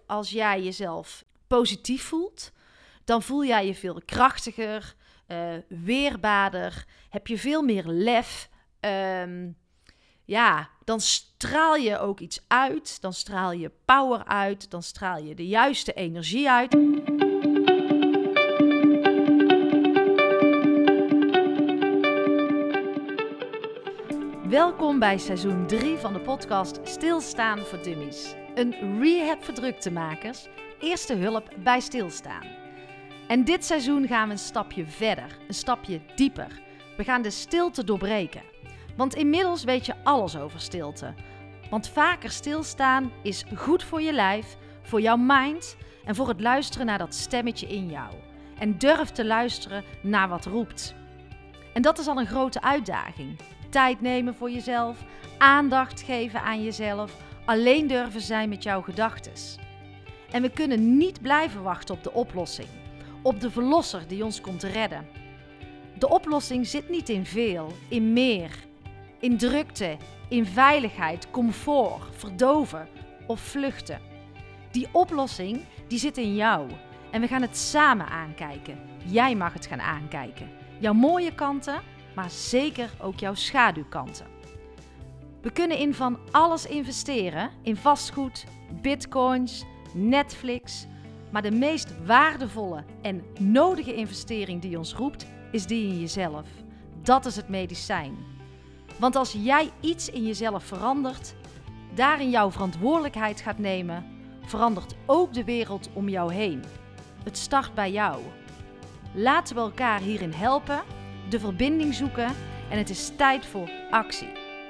als jij jezelf positief voelt, dan voel jij je veel krachtiger, weerbaarder, heb je veel meer lef. Dan straal je ook iets uit, dan straal je power uit, dan straal je de juiste energie uit. Welkom bij seizoen 3 van de podcast Stilstaan voor Dummies. Een rehab voor druktemakers, eerste hulp bij stilstaan. En dit seizoen gaan we een stapje verder, een stapje dieper. We gaan de stilte doorbreken. Want inmiddels weet je alles over stilte. Want vaker stilstaan is goed voor je lijf, voor jouw mind en voor het luisteren naar dat stemmetje in jou. En durf te luisteren naar wat roept. En dat is al een grote uitdaging. Tijd nemen voor jezelf, aandacht geven aan jezelf, alleen durven zijn met jouw gedachtes. En we kunnen niet blijven wachten op de oplossing, op de verlosser die ons komt redden. De oplossing zit niet in veel, in meer, in drukte, in veiligheid, comfort, verdoven of vluchten. Die oplossing die zit in jou en we gaan het samen aankijken. Jij mag het gaan aankijken. Jouw mooie kanten, maar zeker ook jouw schaduwkanten. We kunnen in van alles investeren, in vastgoed, bitcoins, Netflix. Maar de meest waardevolle en nodige investering die ons roept, is die in jezelf. Dat is het medicijn. Want als jij iets in jezelf verandert, daarin jouw verantwoordelijkheid gaat nemen, verandert ook de wereld om jou heen. Het start bij jou. Laten we elkaar hierin helpen, de verbinding zoeken en het is tijd voor actie.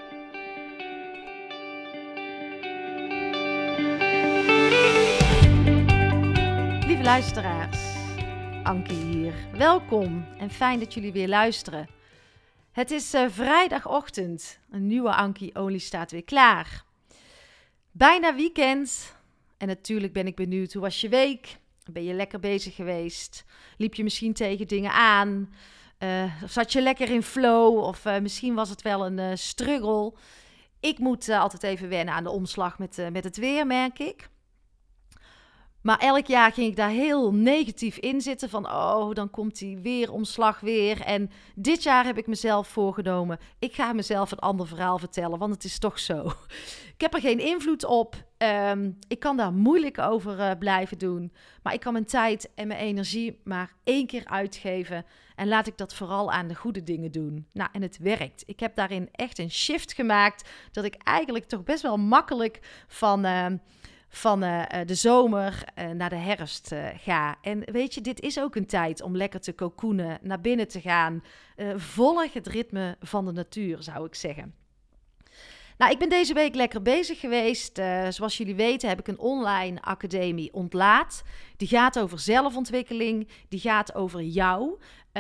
Lieve luisteraars, Ankie hier. Welkom en fijn dat jullie weer luisteren. Het is vrijdagochtend. Een nieuwe Ankie Olie staat weer klaar. Bijna weekend. En natuurlijk ben ik benieuwd, hoe was je week? Ben je lekker bezig geweest? Liep je misschien tegen dingen aan? Zat je lekker in flow? Of misschien was het wel een struggle? Ik moet altijd even wennen aan de omslag met het weer, merk ik. Maar elk jaar ging ik daar heel negatief in zitten. Van, dan komt die weeromslag weer. En dit jaar heb ik mezelf voorgenomen. Ik ga mezelf een ander verhaal vertellen, want het is toch zo. Ik heb er geen invloed op. Ik kan daar moeilijk over blijven doen. Maar ik kan mijn tijd en mijn energie maar 1 keer uitgeven. En laat ik dat vooral aan de goede dingen doen. Nou, en het werkt. Ik heb daarin echt een shift gemaakt. Dat ik eigenlijk toch best wel makkelijk van de zomer naar de herfst ga. En weet je, dit is ook een tijd om lekker te cocoonen, naar binnen te gaan. Volg het ritme van de natuur, zou ik zeggen. Nou, ik ben deze week lekker bezig geweest. Zoals jullie weten heb ik een online academie Ontlaat. Die gaat over zelfontwikkeling. Die gaat over jou.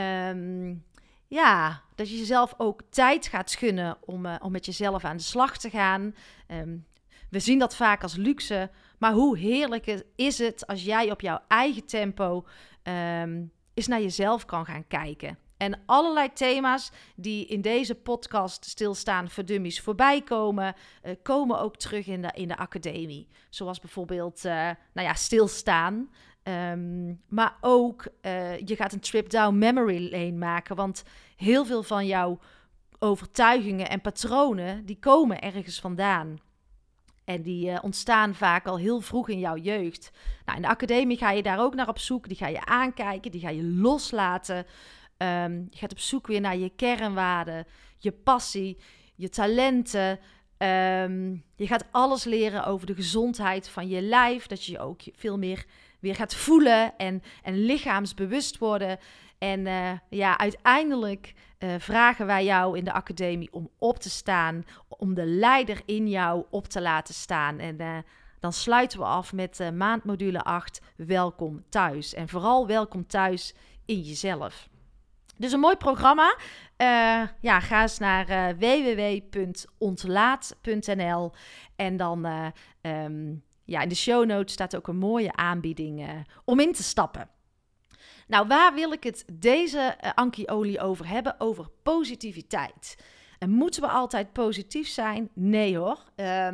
Dat je jezelf ook tijd gaat gunnen om met jezelf aan de slag te gaan. We zien dat vaak als luxe. Maar hoe heerlijk is het als jij op jouw eigen tempo eens naar jezelf kan gaan kijken. En allerlei thema's die in deze podcast Stilstaan voor Dummies voorbij komen, komen ook terug in de academie. Zoals bijvoorbeeld stilstaan. Maar ook je gaat een trip down memory lane maken. Want heel veel van jouw overtuigingen en patronen, die komen ergens vandaan. En die ontstaan vaak al heel vroeg in jouw jeugd. Nou, in de academie ga je daar ook naar op zoek. Die ga je aankijken, die ga je loslaten. Je gaat op zoek weer naar je kernwaarden, je passie, je talenten. Je gaat alles leren over de gezondheid van je lijf. Dat je je ook veel meer weer gaat voelen en lichaamsbewust worden. En uiteindelijk vragen wij jou in de academie om op te staan, om de leider in jou op te laten staan. En dan sluiten we af met maandmodule 8, welkom thuis. En vooral welkom thuis in jezelf. Dus een mooi programma. Ga eens naar www.ontlaat.nl en dan in de show notes staat ook een mooie aanbieding om in te stappen. Nou, waar wil ik het deze Ankie Olie over hebben? Over positiviteit. En moeten we altijd positief zijn? Nee hoor.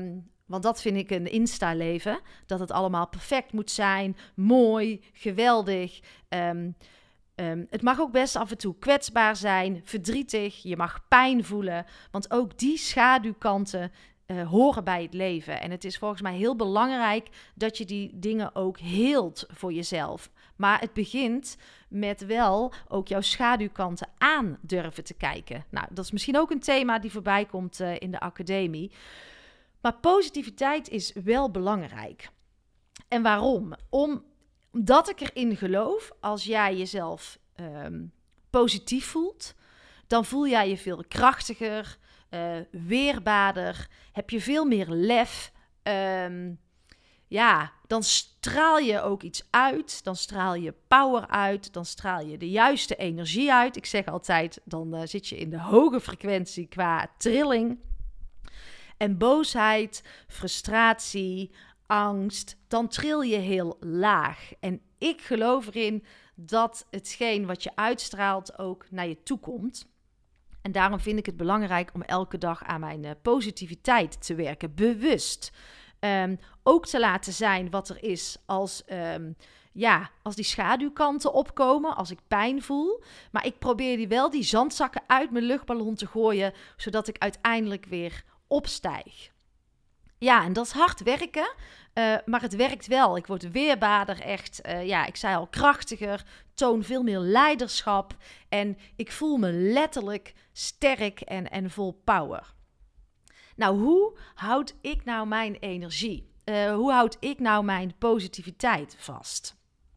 Want dat vind ik een Insta-leven. Dat het allemaal perfect moet zijn, mooi, geweldig. Het mag ook best af en toe kwetsbaar zijn, verdrietig. Je mag pijn voelen. Want ook die schaduwkanten horen bij het leven. En het is volgens mij heel belangrijk dat je die dingen ook heelt voor jezelf. Maar het begint met wel ook jouw schaduwkanten aan durven te kijken. Nou, dat is misschien ook een thema die voorbij komt in de academie. Maar positiviteit is wel belangrijk. En waarom? Omdat ik erin geloof, als jij jezelf positief voelt, dan voel jij je veel krachtiger, weerbaarder, heb je veel meer lef. Dan straal je ook iets uit, dan straal je power uit, dan straal je de juiste energie uit. Ik zeg altijd, dan zit je in de hoge frequentie qua trilling. En boosheid, frustratie, angst, dan tril je heel laag. En ik geloof erin dat hetgeen wat je uitstraalt ook naar je toe komt. En daarom vind ik het belangrijk om elke dag aan mijn positiviteit te werken, bewust. Ook te laten zijn wat er is als die schaduwkanten opkomen, als ik pijn voel. Maar ik probeer die zandzakken uit mijn luchtballon te gooien, zodat ik uiteindelijk weer opstijg. Ja, en dat is hard werken, maar het werkt wel. Ik word weerbaarder, echt, ik zei al, krachtiger, toon veel meer leiderschap en ik voel me letterlijk sterk en vol power. Nou, hoe houd ik nou mijn energie? Hoe houd ik nou mijn positiviteit vast?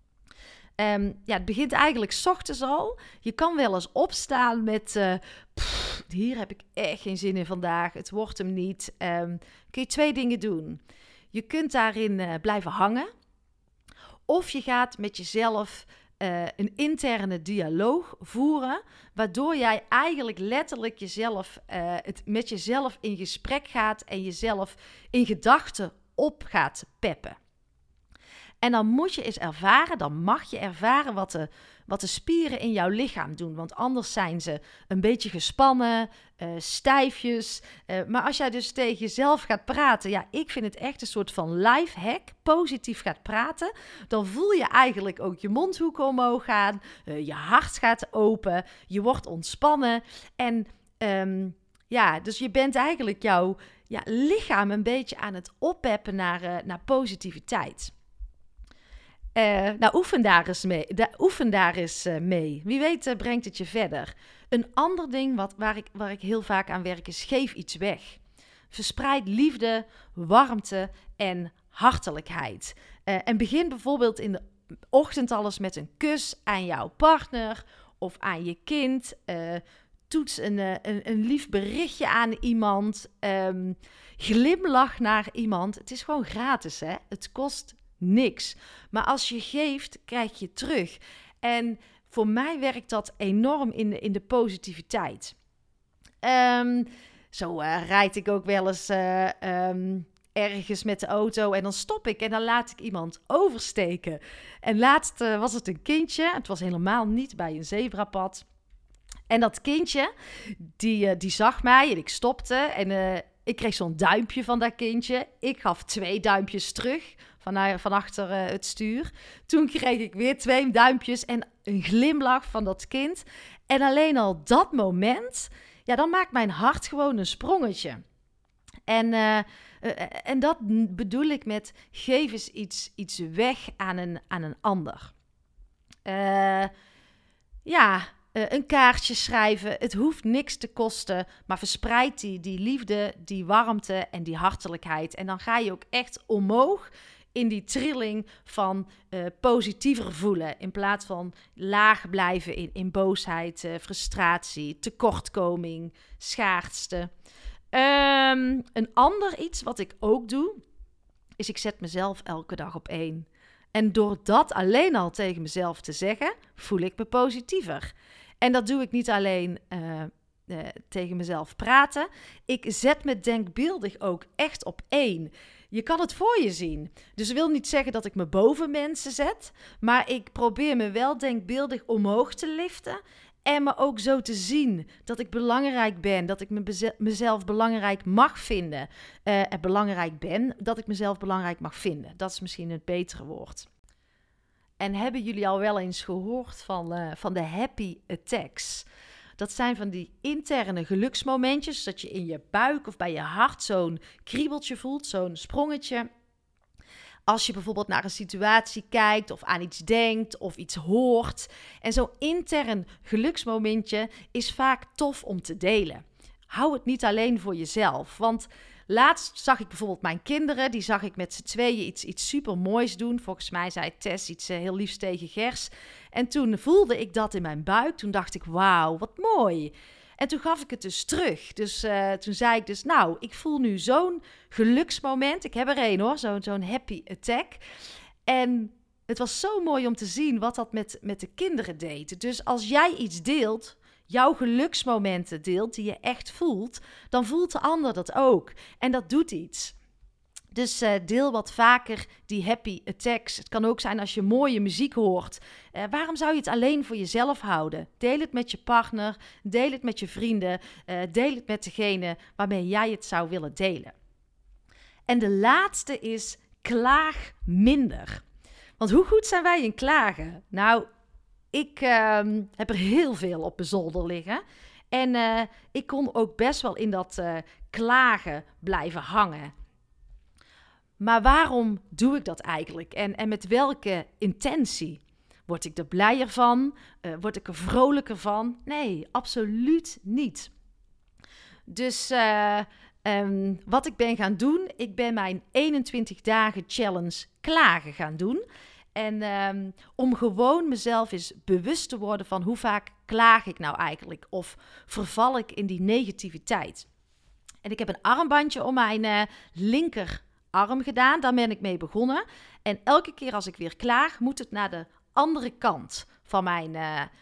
Het begint eigenlijk 's ochtends al. Je kan wel eens opstaan met... hier heb ik echt geen zin in vandaag. Het wordt hem niet. Kun je 2 dingen doen. Je kunt daarin blijven hangen. Of je gaat met jezelf een interne dialoog voeren, waardoor jij eigenlijk letterlijk met jezelf in gesprek gaat en jezelf in gedachten op gaat peppen. En dan moet je eens ervaren, dan mag je ervaren wat de spieren in jouw lichaam doen. Want anders zijn ze een beetje gespannen, stijfjes. Maar als jij dus tegen jezelf gaat praten, ik vind het echt een soort van life hack, positief gaat praten. Dan voel je eigenlijk ook je mondhoeken omhoog gaan, je hart gaat open, je wordt ontspannen. En dus je bent eigenlijk jouw lichaam een beetje aan het oppeppen naar positiviteit. Oefen daar eens mee. Wie weet brengt het je verder. Een ander ding waar ik heel vaak aan werk is: geef iets weg. Verspreid liefde, warmte en hartelijkheid. En begin bijvoorbeeld in de ochtend al eens met een kus aan jouw partner of aan je kind. Toets een lief berichtje aan iemand. Glimlach naar iemand. Het is gewoon gratis, hè? Het kost niks. Maar als je geeft, krijg je terug. En voor mij werkt dat enorm in de positiviteit. Zo rijd ik ook wel eens ergens met de auto en dan stop ik en dan laat ik iemand oversteken. En laatst was het een kindje. Het was helemaal niet bij een zebrapad. En dat kindje, die zag mij en ik stopte en ik kreeg zo'n duimpje van dat kindje. Ik gaf 2 duimpjes terug van achter het stuur. Toen kreeg ik weer 2 duimpjes en een glimlach van dat kind. En alleen al dat moment, dan maakt mijn hart gewoon een sprongetje. En dat bedoel ik met: geef eens iets weg aan een ander. Een kaartje schrijven. Het hoeft niks te kosten, maar verspreid die liefde, die warmte en die hartelijkheid. En dan ga je ook echt omhoog in die trilling van positiever voelen, in plaats van laag blijven in boosheid, frustratie, tekortkoming, schaarste. Een ander iets wat ik ook doe, is ik zet mezelf elke dag op 1. En door dat alleen al tegen mezelf te zeggen, voel ik me positiever. En dat doe ik niet alleen tegen mezelf praten. Ik zet me denkbeeldig ook echt op 1. Je kan het voor je zien. Dus dat wil niet zeggen dat ik me boven mensen zet. Maar ik probeer me wel denkbeeldig omhoog te liften. En me ook zo te zien dat ik belangrijk ben. Dat ik mezelf belangrijk mag vinden. Belangrijk ben, dat ik mezelf belangrijk mag vinden. Dat is misschien het betere woord. En hebben jullie al wel eens gehoord van de happy attacks? Dat zijn van die interne geluksmomentjes, dat je in je buik of bij je hart zo'n kriebeltje voelt, zo'n sprongetje. Als je bijvoorbeeld naar een situatie kijkt of aan iets denkt of iets hoort. En zo'n intern geluksmomentje is vaak tof om te delen. Hou het niet alleen voor jezelf, want laatst zag ik bijvoorbeeld mijn kinderen, die zag ik met z'n tweeën iets super moois doen. Volgens mij zei Tess iets heel liefs tegen Gers. En toen voelde ik dat in mijn buik. Toen dacht ik, wauw, wat mooi. En toen gaf ik het dus terug. Dus toen zei ik dus, nou, ik voel nu zo'n geluksmoment. Ik heb er één hoor, zo'n happy attack. En het was zo mooi om te zien wat dat met de kinderen deed. Dus als jij iets deelt, jouw geluksmomenten deelt die je echt voelt, dan voelt de ander dat ook. En dat doet iets. Dus deel wat vaker die happy attacks. Het kan ook zijn als je mooie muziek hoort. Waarom zou je het alleen voor jezelf houden? Deel het met je partner, deel het met je vrienden, deel het met degene waarmee jij het zou willen delen. En de laatste is klaag minder. Want hoe goed zijn wij in klagen? Nou, ik heb er heel veel op mijn zolder liggen. En ik kon ook best wel in dat klagen blijven hangen. Maar waarom doe ik dat eigenlijk? En met welke intentie? Word ik er blijer van? Word ik er vrolijker van? Nee, absoluut niet. Dus wat ik ben gaan doen, ik ben mijn 21 dagen challenge klagen gaan doen. En om gewoon mezelf eens bewust te worden van hoe vaak klaag ik nou eigenlijk? Of verval ik in die negativiteit? En ik heb een armbandje om mijn linkerarm gedaan. Daar ben ik mee begonnen. En elke keer als ik weer klaag, moet het naar de andere kant van mijn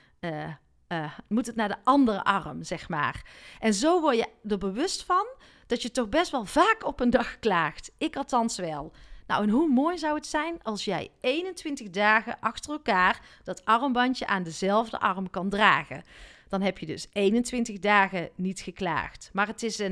moet het naar de andere arm, zeg maar. En zo word je er bewust van dat je toch best wel vaak op een dag klaagt. Ik althans wel. Nou, en hoe mooi zou het zijn als jij 21 dagen achter elkaar dat armbandje aan dezelfde arm kan dragen. Dan heb je dus 21 dagen niet geklaagd. Maar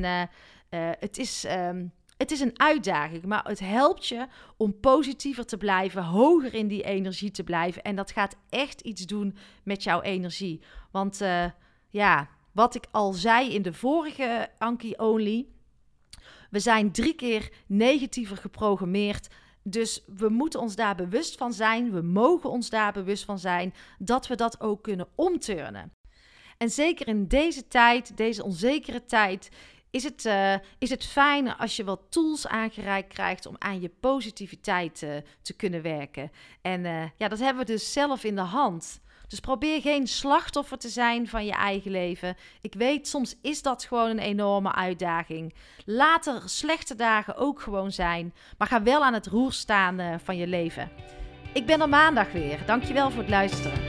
het is een uitdaging, maar het helpt je om positiever te blijven, hoger in die energie te blijven. En dat gaat echt iets doen met jouw energie. Want wat ik al zei in de vorige Anki Only, we zijn 3 keer negatiever geprogrammeerd. Dus we moeten ons daar bewust van zijn. We mogen ons daar bewust van zijn dat we dat ook kunnen omturnen. En zeker in deze tijd, deze onzekere tijd, is het fijn als je wat tools aangereikt krijgt om aan je positiviteit te kunnen werken. En dat hebben we dus zelf in de hand. Dus probeer geen slachtoffer te zijn van je eigen leven. Ik weet, soms is dat gewoon een enorme uitdaging. Laat er slechte dagen ook gewoon zijn. Maar ga wel aan het roer staan van je leven. Ik ben er maandag weer. Dankjewel voor het luisteren.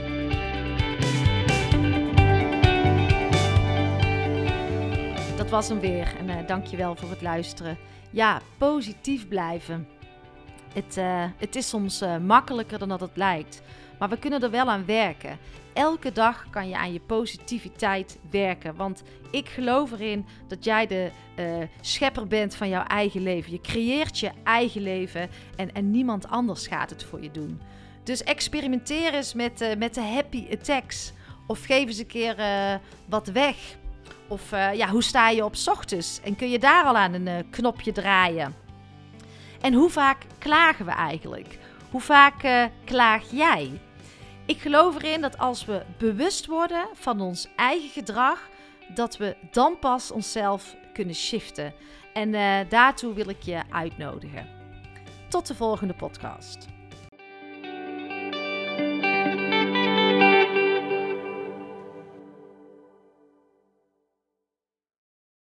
Dat was hem weer. En dankjewel voor het luisteren. Ja, positief blijven. Het is soms makkelijker dan dat het lijkt. Maar we kunnen er wel aan werken. Elke dag kan je aan je positiviteit werken. Want ik geloof erin dat jij de schepper bent van jouw eigen leven. Je creëert je eigen leven en niemand anders gaat het voor je doen. Dus experimenteer eens met de happy attacks. Of geef eens een keer wat weg. Of hoe sta je op 's ochtends? En kun je daar al aan een knopje draaien? En hoe vaak klagen we eigenlijk? Hoe vaak klaag jij? Ik geloof erin dat als we bewust worden van ons eigen gedrag, dat we dan pas onszelf kunnen shiften. En daartoe wil ik je uitnodigen. Tot de volgende podcast.